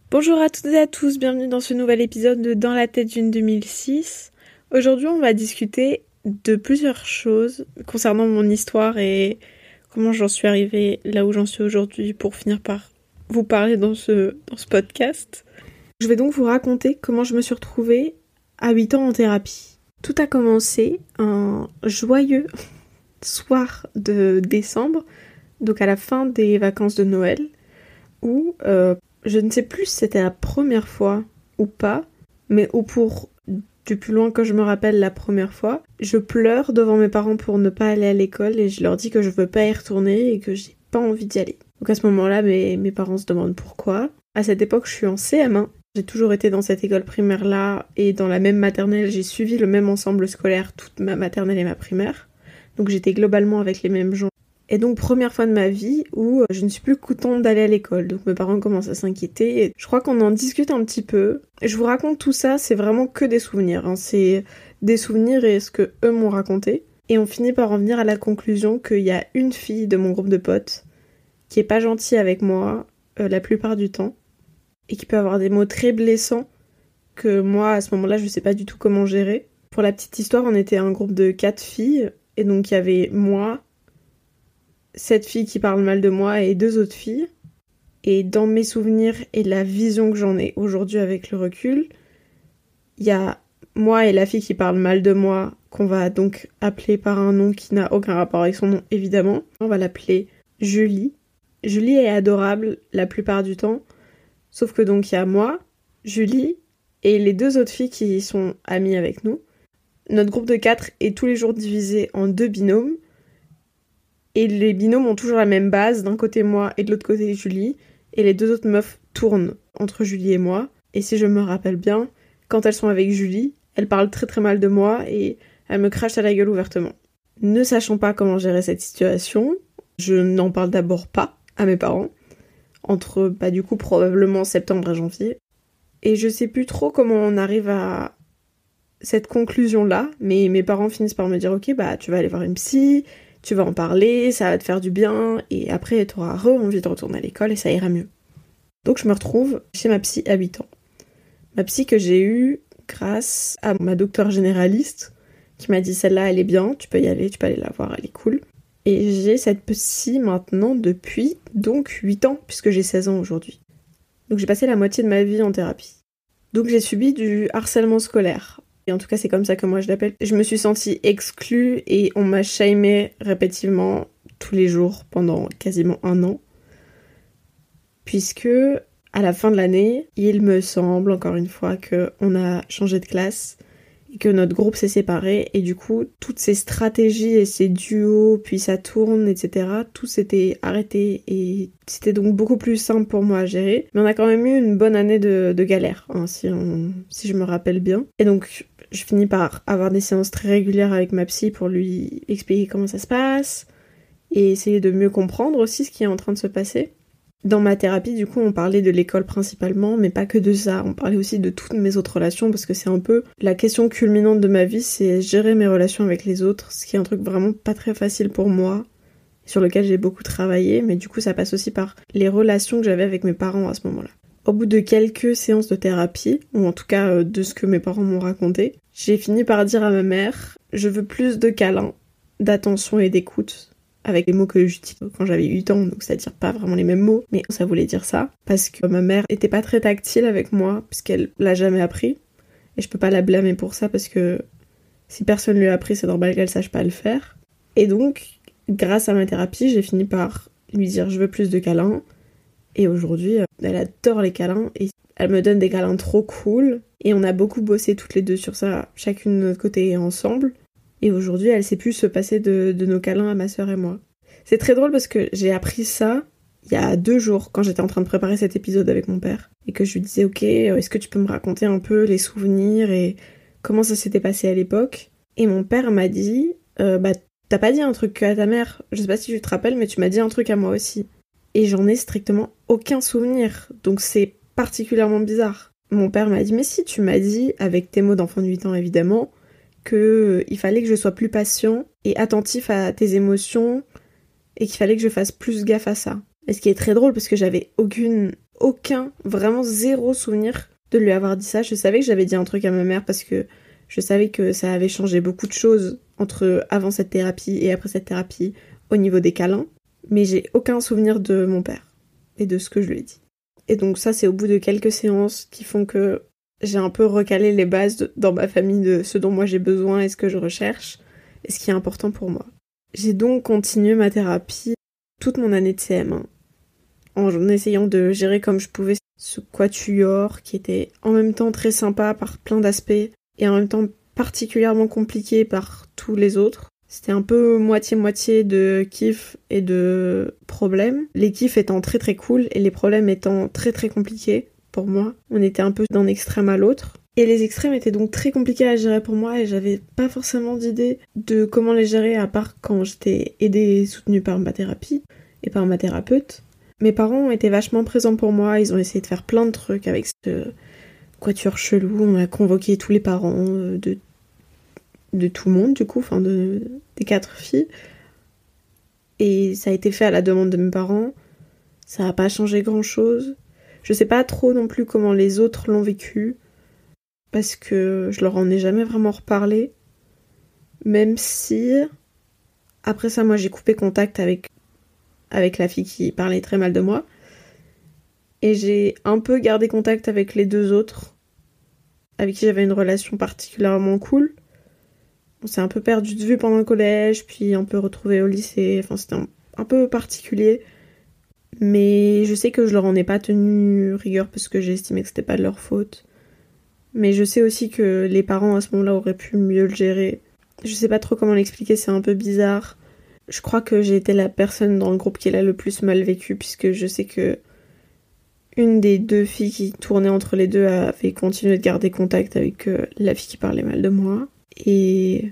Bonjour à toutes et à tous, bienvenue dans ce nouvel épisode de Dans la tête d'une 2006. Aujourd'hui, on va discuter de plusieurs choses concernant mon histoire et comment j'en suis arrivée là où j'en suis aujourd'hui pour finir par vous parler dans ce podcast. Je vais donc vous raconter comment je me suis retrouvée à 8 ans en thérapie. Tout a commencé un joyeux soir de décembre, donc à la fin des vacances de Noël, où je ne sais plus si c'était la première fois ou pas, mais du plus loin que je me rappelle la première fois, je pleure devant mes parents pour ne pas aller à l'école et je leur dis que je veux pas y retourner et que j'ai pas envie d'y aller. Donc à ce moment-là, mes parents se demandent pourquoi. À cette époque, je suis en CM1. J'ai toujours été dans cette école primaire-là et dans la même maternelle, j'ai suivi le même ensemble scolaire toute ma maternelle et ma primaire. Donc j'étais globalement avec les mêmes gens. Et donc première fois de ma vie où je ne suis plus contente d'aller à l'école. Donc mes parents commencent à s'inquiéter. Et je crois qu'on en discute un petit peu. Je vous raconte tout ça, c'est vraiment que des souvenirs. C'est des souvenirs et ce que eux m'ont raconté. Et on finit par en venir à la conclusion qu'il y a une fille de mon groupe de potes qui est pas gentille avec moi la plupart du temps. Et qui peut avoir des mots très blessants que moi, à ce moment-là, je sais pas du tout comment gérer. Pour la petite histoire, on était un groupe de 4 filles. Et donc il y avait moi, cette fille qui parle mal de moi et 2 autres filles. Et dans mes souvenirs et la vision que j'en ai aujourd'hui avec le recul, il y a moi et la fille qui parle mal de moi, qu'on va donc appeler par un nom qui n'a aucun rapport avec son nom, évidemment. On va l'appeler Julie. Julie est adorable la plupart du temps, sauf que donc il y a moi, Julie, et les 2 autres filles qui sont amies avec nous. Notre groupe de 4 est tous les jours divisé en 2 binômes, et les binômes ont toujours la même base, d'un côté moi et de l'autre côté Julie, et les 2 autres meufs tournent entre Julie et moi, et si je me rappelle bien, quand elles sont avec Julie, elles parlent très très mal de moi et elles me crachent à la gueule ouvertement. Ne sachant pas comment gérer cette situation, je n'en parle d'abord pas à mes parents, entre du coup probablement septembre et janvier, et je sais plus trop comment on arrive à cette conclusion-là, mais mes parents finissent par me dire « Ok, tu vas aller voir une psy, tu vas en parler, ça va te faire du bien, et après t'auras envie de retourner à l'école et ça ira mieux. » Donc je me retrouve chez ma psy à 8 ans. Ma psy que j'ai eue grâce à ma docteure généraliste, qui m'a dit « Celle-là, elle est bien, tu peux y aller, tu peux aller la voir, elle est cool. » Et j'ai cette psy maintenant depuis donc 8 ans, puisque j'ai 16 ans aujourd'hui. Donc j'ai passé la moitié de ma vie en thérapie. Donc j'ai subi du harcèlement scolaire. Et en tout cas, c'est comme ça que moi je l'appelle. Je me suis sentie exclue et on m'a shamée répétitivement tous les jours pendant quasiment 1 an. Puisque, à la fin de l'année, il me semble, encore une fois, qu'on a changé de classe et que notre groupe s'est séparé. Et du coup, toutes ces stratégies et ces duos, puis ça tourne, etc., tout s'était arrêté et c'était donc beaucoup plus simple pour moi à gérer. Mais on a quand même eu une bonne année de galère, si je me rappelle bien. Et donc, je finis par avoir des séances très régulières avec ma psy pour lui expliquer comment ça se passe et essayer de mieux comprendre aussi ce qui est en train de se passer. Dans ma thérapie, du coup, on parlait de l'école principalement, mais pas que de ça. On parlait aussi de toutes mes autres relations, parce que c'est un peu la question culminante de ma vie, c'est gérer mes relations avec les autres, ce qui est un truc vraiment pas très facile pour moi, sur lequel j'ai beaucoup travaillé, mais du coup, ça passe aussi par les relations que j'avais avec mes parents à ce moment-là. Au bout de quelques séances de thérapie, ou en tout cas de ce que mes parents m'ont raconté, j'ai fini par dire à ma mère « Je veux plus de câlins, d'attention et d'écoute ». Avec les mots que j'utilisais quand j'avais 8 ans, donc c'est-à-dire pas vraiment les mêmes mots, mais ça voulait dire ça, parce que ma mère était pas très tactile avec moi, puisqu'elle l'a jamais appris, et je peux pas la blâmer pour ça, parce que si personne lui a appris, c'est normal qu'elle sache pas le faire. Et donc, grâce à ma thérapie, j'ai fini par lui dire « Je veux plus de câlins », et aujourd'hui, elle adore les câlins, et elle me donne des câlins trop cool, et on a beaucoup bossé toutes les deux sur ça, chacune de notre côté et ensemble. Et aujourd'hui, elle sait plus se passer de nos câlins à ma sœur et moi. C'est très drôle parce que j'ai appris ça il y a 2 jours, quand j'étais en train de préparer cet épisode avec mon père. Et que je lui disais, ok, est-ce que tu peux me raconter un peu les souvenirs et comment ça s'était passé à l'époque? Et mon père m'a dit, t'as pas dit un truc à ta mère? Je sais pas si tu te rappelles, mais tu m'as dit un truc à moi aussi. Et j'en ai strictement aucun souvenir. Donc c'est particulièrement bizarre. Mon père m'a dit, mais si, tu m'as dit, avec tes mots d'enfant de 8 ans évidemment, qu'il fallait que je sois plus patient et attentif à tes émotions et qu'il fallait que je fasse plus gaffe à ça. Et ce qui est très drôle parce que j'avais aucune vraiment zéro souvenir de lui avoir dit ça. Je savais que j'avais dit un truc à ma mère parce que je savais que ça avait changé beaucoup de choses entre avant cette thérapie et après cette thérapie au niveau des câlins. Mais j'ai aucun souvenir de mon père et de ce que je lui ai dit. Et donc ça, c'est au bout de quelques séances qui font que j'ai un peu recalé les bases dans ma famille de ce dont moi j'ai besoin et ce que je recherche et ce qui est important pour moi. J'ai donc continué ma thérapie toute mon année de CM1 en essayant de gérer comme je pouvais ce quatuor qui était en même temps très sympa par plein d'aspects et en même temps particulièrement compliqué par tous les autres. C'était un peu moitié-moitié de kiff et de problèmes. Les kiffs étant très très cool et les problèmes étant très très compliqués pour moi. On était un peu d'un extrême à l'autre. Et les extrêmes étaient donc très compliqués à gérer pour moi et j'avais pas forcément d'idée de comment les gérer à part quand j'étais aidée et soutenue par ma thérapie et par ma thérapeute. Mes parents ont été vachement présents pour moi, ils ont essayé de faire plein de trucs avec ce quatuor chelou. On a convoqué tous les parents de tout le monde du coup, des 4 filles. Et ça a été fait à la demande de mes parents. Ça a pas changé grand chose. Je sais pas trop non plus comment les autres l'ont vécu, parce que je leur en ai jamais vraiment reparlé. Même si, après ça, moi j'ai coupé contact avec la fille qui parlait très mal de moi. Et j'ai un peu gardé contact avec les 2 autres, avec qui j'avais une relation particulièrement cool. On s'est un peu perdu de vue pendant le collège, puis un peu retrouvé au lycée. Enfin, c'était un peu particulier. Mais je sais que je leur en ai pas tenu rigueur parce que j'ai estimé que c'était pas de leur faute. Mais je sais aussi que les parents à ce moment-là auraient pu mieux le gérer. Je sais pas trop comment l'expliquer, c'est un peu bizarre. Je crois que j'ai été la personne dans le groupe qui l'a le plus mal vécu, puisque je sais que une des 2 filles qui tournaient entre les deux avait continué de garder contact avec la fille qui parlait mal de moi. Et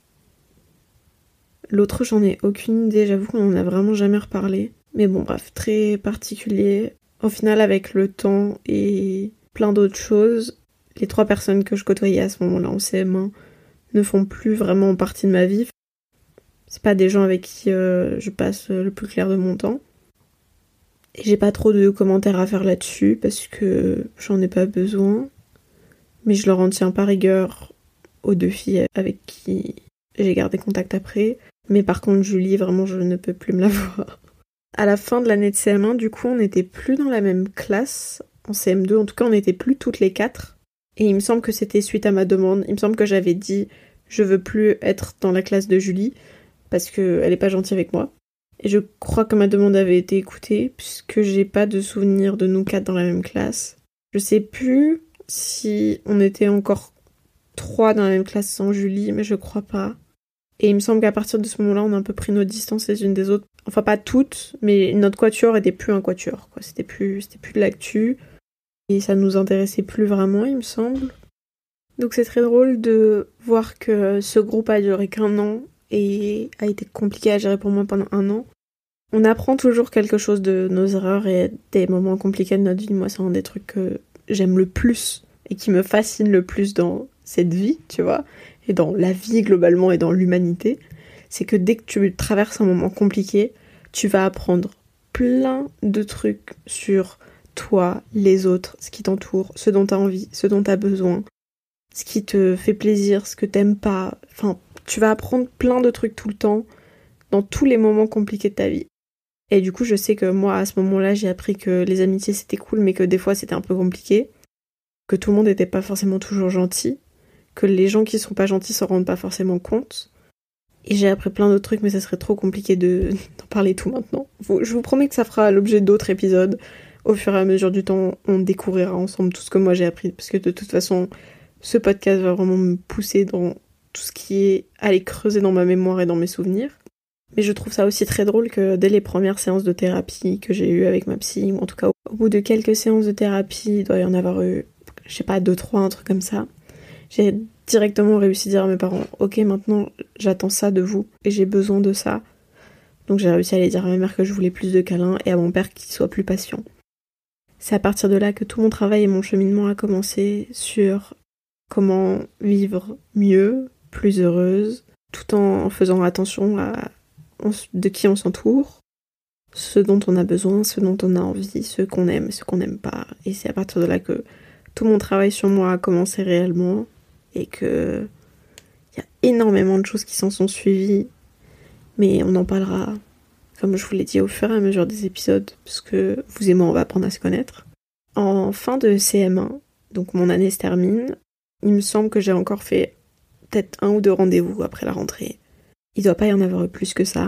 l'autre, j'en ai aucune idée, j'avoue qu'on en a vraiment jamais reparlé. Mais bon, bref, très particulier. Au final, avec le temps et plein d'autres choses, les 3 personnes que je côtoyais à ce moment-là en CM1 ne font plus vraiment partie de ma vie. C'est pas des gens avec qui je passe le plus clair de mon temps. Et j'ai pas trop de commentaires à faire là-dessus parce que j'en ai pas besoin. Mais je leur en tiens pas rigueur aux 2 filles avec qui j'ai gardé contact après. Mais par contre, Julie, vraiment, je ne peux plus me la voir. À la fin de l'année de CM1, du coup, on n'était plus dans la même classe. En CM2, en tout cas, on n'était plus toutes les 4. Et il me semble que c'était suite à ma demande. Il me semble que j'avais dit « Je veux plus être dans la classe de Julie parce qu'elle est pas gentille avec moi ». Et je crois que ma demande avait été écoutée puisque j'ai pas de souvenir de nous 4 dans la même classe. Je sais plus si on était encore 3 dans la même classe sans Julie, mais je crois pas. Et il me semble qu'à partir de ce moment-là, on a un peu pris nos distances les unes des autres. Enfin, pas toutes, mais notre quatuor était plus un quatuor, quoi. C'était plus de l'actu. Et ça nous intéressait plus vraiment, il me semble. Donc c'est très drôle de voir que ce groupe a duré qu'1 an et a été compliqué à gérer pour moi pendant 1 an. On apprend toujours quelque chose de nos erreurs et des moments compliqués de notre vie. Moi, c'est un des trucs que j'aime le plus et qui me fascine le plus dans cette vie, tu vois, et dans la vie globalement et dans l'humanité. C'est que dès que tu traverses un moment compliqué, tu vas apprendre plein de trucs sur toi, les autres, ce qui t'entoure, ce dont t'as envie, ce dont t'as besoin, ce qui te fait plaisir, ce que t'aimes pas. Enfin, tu vas apprendre plein de trucs tout le temps, dans tous les moments compliqués de ta vie. Et du coup, je sais que moi, à ce moment-là, j'ai appris que les amitiés, c'était cool, mais que des fois, c'était un peu compliqué, que tout le monde n'était pas forcément toujours gentil, que les gens qui sont pas gentils s'en rendent pas forcément compte. Et j'ai appris plein d'autres trucs, mais ça serait trop compliqué d'en parler tout maintenant. Je vous promets que ça fera l'objet d'autres épisodes. Au fur et à mesure du temps, on découvrira ensemble tout ce que moi j'ai appris, parce que de toute façon, ce podcast va vraiment me pousser dans tout ce qui est aller creuser dans ma mémoire et dans mes souvenirs. Mais je trouve ça aussi très drôle que dès les premières séances de thérapie que j'ai eues avec ma psy, ou en tout cas au bout de quelques séances de thérapie, il doit y en avoir eu, je sais pas, 2-3, un truc comme ça, j'ai directement réussi à dire à mes parents « Ok, maintenant j'attends ça de vous et j'ai besoin de ça ». Donc j'ai réussi à aller dire à ma mère que je voulais plus de câlins et à mon père qu'il soit plus patient. C'est à partir de là que tout mon travail et mon cheminement a commencé sur comment vivre mieux, plus heureuse, tout en faisant attention à de qui on s'entoure, ce dont on a besoin, ce dont on a envie, ce qu'on aime, ce qu'on n'aime pas. Et c'est à partir de là que tout mon travail sur moi a commencé réellement et que il y a énormément de choses qui s'en sont suivies, mais on en parlera, comme je vous l'ai dit, au fur et à mesure des épisodes, parce que vous et moi, on va apprendre à se connaître. En fin de CM1, donc mon année se termine, il me semble que j'ai encore fait peut-être 1 ou 2 rendez-vous après la rentrée. Il doit pas y en avoir eu plus que ça,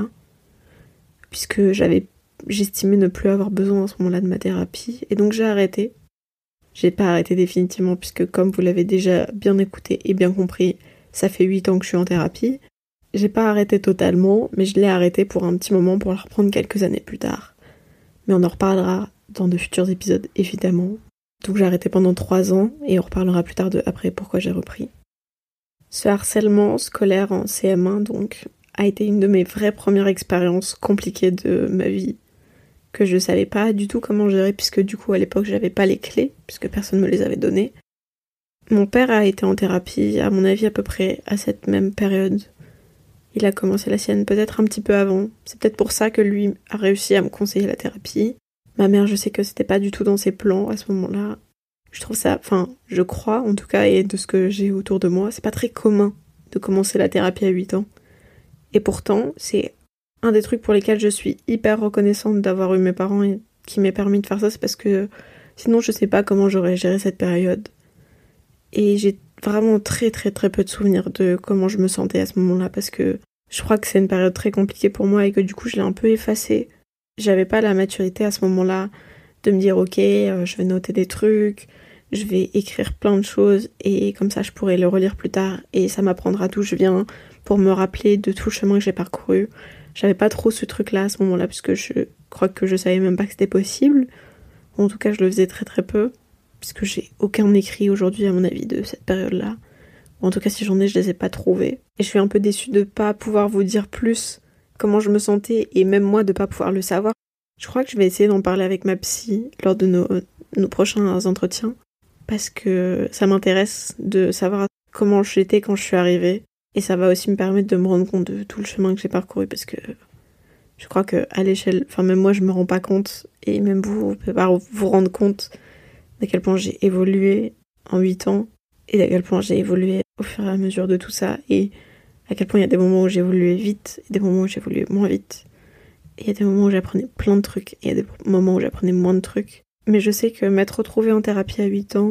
puisque j'estimais ne plus avoir besoin à ce moment-là de ma thérapie, et donc j'ai arrêté. J'ai pas arrêté définitivement, puisque comme vous l'avez déjà bien écouté et bien compris, ça fait 8 ans que je suis en thérapie. J'ai pas arrêté totalement, mais je l'ai arrêté pour un petit moment pour la reprendre quelques années plus tard. Mais on en reparlera dans de futurs épisodes, évidemment. Donc j'ai arrêté pendant 3 ans, et on reparlera plus tard de après pourquoi j'ai repris. Ce harcèlement scolaire en CM1, donc, a été une de mes vraies premières expériences compliquées de ma vie, que je savais pas du tout comment gérer, puisque du coup à l'époque j'avais pas les clés, puisque personne me les avait données. Mon père a été en thérapie, à mon avis à peu près à cette même période. Il a commencé la sienne peut-être un petit peu avant, c'est peut-être pour ça que lui a réussi à me conseiller la thérapie. Ma mère, je sais que c'était pas du tout dans ses plans à ce moment-là. Je trouve ça, je crois en tout cas, et de ce que j'ai autour de moi, c'est pas très commun de commencer la thérapie à 8 ans. Et pourtant, c'est un des trucs pour lesquels je suis hyper reconnaissante d'avoir eu mes parents et qui m'aient permis de faire ça, c'est parce que sinon je sais pas comment j'aurais géré cette période. Et j'ai vraiment très très très peu de souvenirs de comment je me sentais à ce moment-là, parce que je crois que c'est une période très compliquée pour moi et que du coup je l'ai un peu effacée. J'avais pas la maturité à ce moment-là de me dire ok, je vais noter des trucs, je vais écrire plein de choses et comme ça je pourrai le relire plus tard et ça m'apprendra d'où je viens pour me rappeler de tout le chemin que j'ai parcouru. J'avais pas trop ce truc-là à ce moment-là puisque je crois que je savais même pas que c'était possible. En tout cas, je le faisais très très peu puisque j'ai aucun écrit aujourd'hui à mon avis de cette période-là. En tout cas, si j'en ai, je les ai pas trouvés. Et je suis un peu déçue de pas pouvoir vous dire plus comment je me sentais et même moi de pas pouvoir le savoir. Je crois que je vais essayer d'en parler avec ma psy lors de nos prochains entretiens parce que ça m'intéresse de savoir comment j'étais quand je suis arrivée et ça va aussi me permettre de me rendre compte de tout le chemin que j'ai parcouru parce que je crois que à l'échelle, même moi je me rends pas compte et même vous pouvez pas vous rendre compte d'à quel point j'ai évolué en 8 ans et d'à quel point j'ai évolué au fur et à mesure de tout ça et à quel point il y a des moments où j'évoluais vite et des moments où j'évoluais moins vite. Et il y a des moments où j'apprenais plein de trucs et il y a des moments où j'apprenais moins de trucs. Mais je sais que m'être retrouvée en thérapie à 8 ans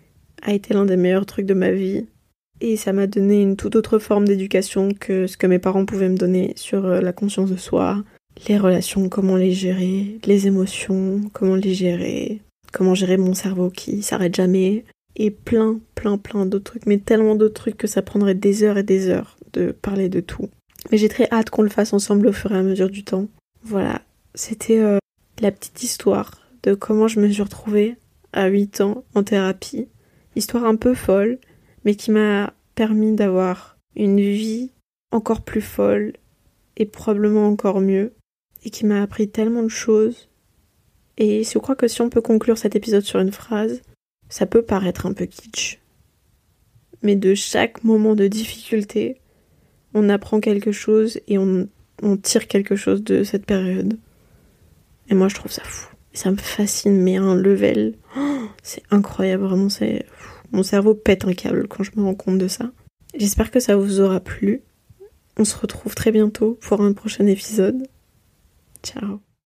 a été l'un des meilleurs trucs de ma vie. Et ça m'a donné une toute autre forme d'éducation que ce que mes parents pouvaient me donner sur la conscience de soi, les relations, comment les gérer, les émotions, comment les gérer, comment gérer mon cerveau qui s'arrête jamais, et plein d'autres trucs, mais tellement d'autres trucs que ça prendrait des heures et des heures de parler de tout. Mais j'ai très hâte qu'on le fasse ensemble au fur et à mesure du temps. Voilà, c'était la petite histoire de comment je me suis retrouvée à 8 ans en thérapie. Histoire un peu folle, mais qui m'a permis d'avoir une vie encore plus folle et probablement encore mieux, et qui m'a appris tellement de choses. Et je crois que si on peut conclure cet épisode sur une phrase, ça peut paraître un peu kitsch, mais de chaque moment de difficulté, on apprend quelque chose et on tire quelque chose de cette période. Et moi je trouve ça fou. Ça me fascine, mais à un level, c'est incroyable, vraiment, mon cerveau pète un câble quand je me rends compte de ça. J'espère que ça vous aura plu. On se retrouve très bientôt pour un prochain épisode. Ciao.